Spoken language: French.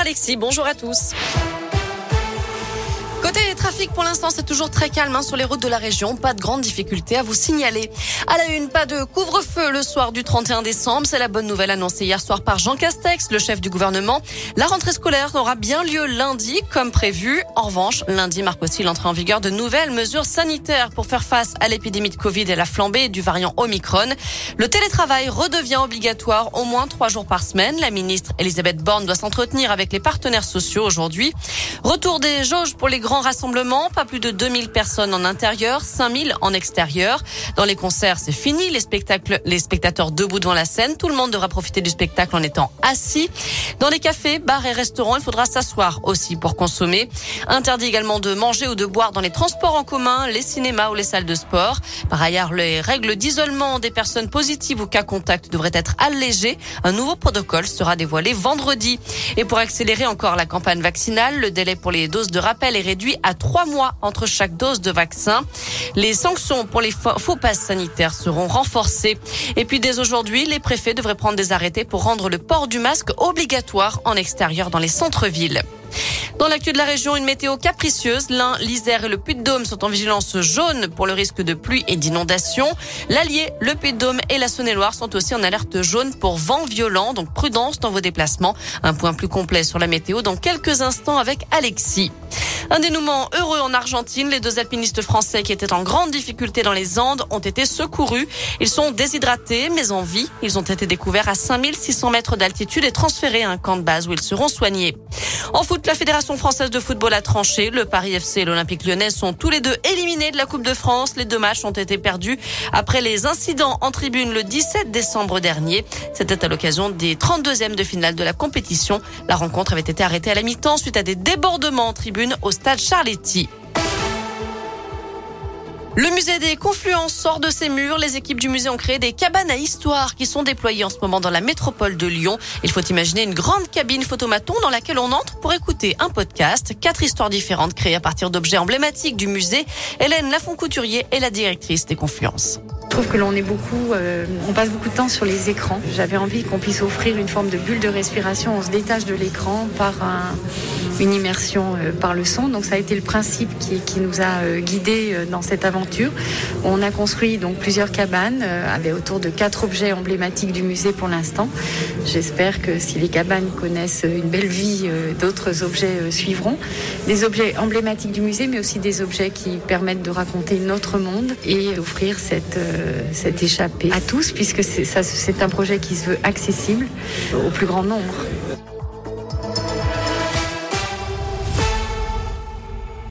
Alexis, bonjour à tous. Côté trafic, pour l'instant, c'est toujours très calme sur les routes de la région. Pas de grandes difficultés à vous signaler. À la une, pas de couvre-feu le soir du 31 décembre. C'est la bonne nouvelle annoncée hier soir par Jean Castex, le chef du gouvernement. La rentrée scolaire aura bien lieu lundi, comme prévu. En revanche, lundi marque aussi l'entrée en vigueur de nouvelles mesures sanitaires pour faire face à l'épidémie de Covid et la flambée du variant Omicron. Le télétravail redevient obligatoire au moins 3 jours par semaine. La ministre Elisabeth Borne doit s'entretenir avec les partenaires sociaux aujourd'hui. Retour des jauges pour les grands rassemblements, pas plus de 2000 personnes en intérieur, 5000 en extérieur. Dans les concerts, c'est fini. Les spectateurs debout devant la scène. Tout le monde devra profiter du spectacle en étant assis. Dans les cafés, bars et restaurants, il faudra s'asseoir aussi pour consommer. Interdit également de manger ou de boire dans les transports en commun, les cinémas ou les salles de sport. Par ailleurs, les règles d'isolement des personnes positives ou cas contacts devraient être allégées. Un nouveau protocole sera dévoilé vendredi. Et pour accélérer encore la campagne vaccinale, le délai pour les doses de rappel est réduit à 3 mois entre chaque dose de vaccin. Les sanctions pour les faux passes sanitaires seront renforcées. Et puis dès aujourd'hui, les préfets devraient prendre des arrêtés pour rendre le port du masque obligatoire en extérieur dans les centres-villes. Dans l'actu de la région, une météo capricieuse. L'Ain, l'Isère et le Puy-de-Dôme sont en vigilance jaune pour le risque de pluie et d'inondation. L'Allier, le Puy-de-Dôme et la Saône-et-Loire sont aussi en alerte jaune pour vent violent. Donc prudence dans vos déplacements. Un point plus complet sur la météo dans quelques instants avec Alexis. Un dénouement heureux en Argentine. Les 2 alpinistes français qui étaient en grande difficulté dans les Andes ont été secourus. Ils sont déshydratés mais en vie. Ils ont été découverts à 5600 mètres d'altitude et transférés à un camp de base où ils seront soignés. En foot, la Fédération française de football a tranché. Le Paris FC et l'Olympique Lyonnais sont tous les deux éliminés de la Coupe de France. Les 2 matchs ont été perdus après les incidents en tribune le 17 décembre dernier. C'était à l'occasion des 32e de finale de la compétition. La rencontre avait été arrêtée à la mi-temps suite à des débordements en tribune au stade Charletti. Le musée des Confluences sort de ses murs. Les équipes du musée ont créé des cabanes à histoire qui sont déployées en ce moment dans la métropole de Lyon. Il faut imaginer une grande cabine photomaton dans laquelle on entre pour écouter un podcast. 4 histoires différentes créées à partir d'objets emblématiques du musée. Hélène Lafont-Couturier est la directrice des Confluences. Je trouve que on passe beaucoup de temps sur les écrans. J'avais envie qu'on puisse offrir une forme de bulle de respiration. On se détache de l'écran par une immersion par le son. Donc ça a été le principe qui nous a guidés dans cette aventure. On a construit donc plusieurs cabanes avec autour de 4 objets emblématiques du musée pour l'instant. J'espère que si les cabanes connaissent une belle vie, d'autres objets suivront. Des objets emblématiques du musée, mais aussi des objets qui permettent de raconter notre monde et d'offrir cette échappée à tous, puisque c'est un projet qui se veut accessible au plus grand nombre.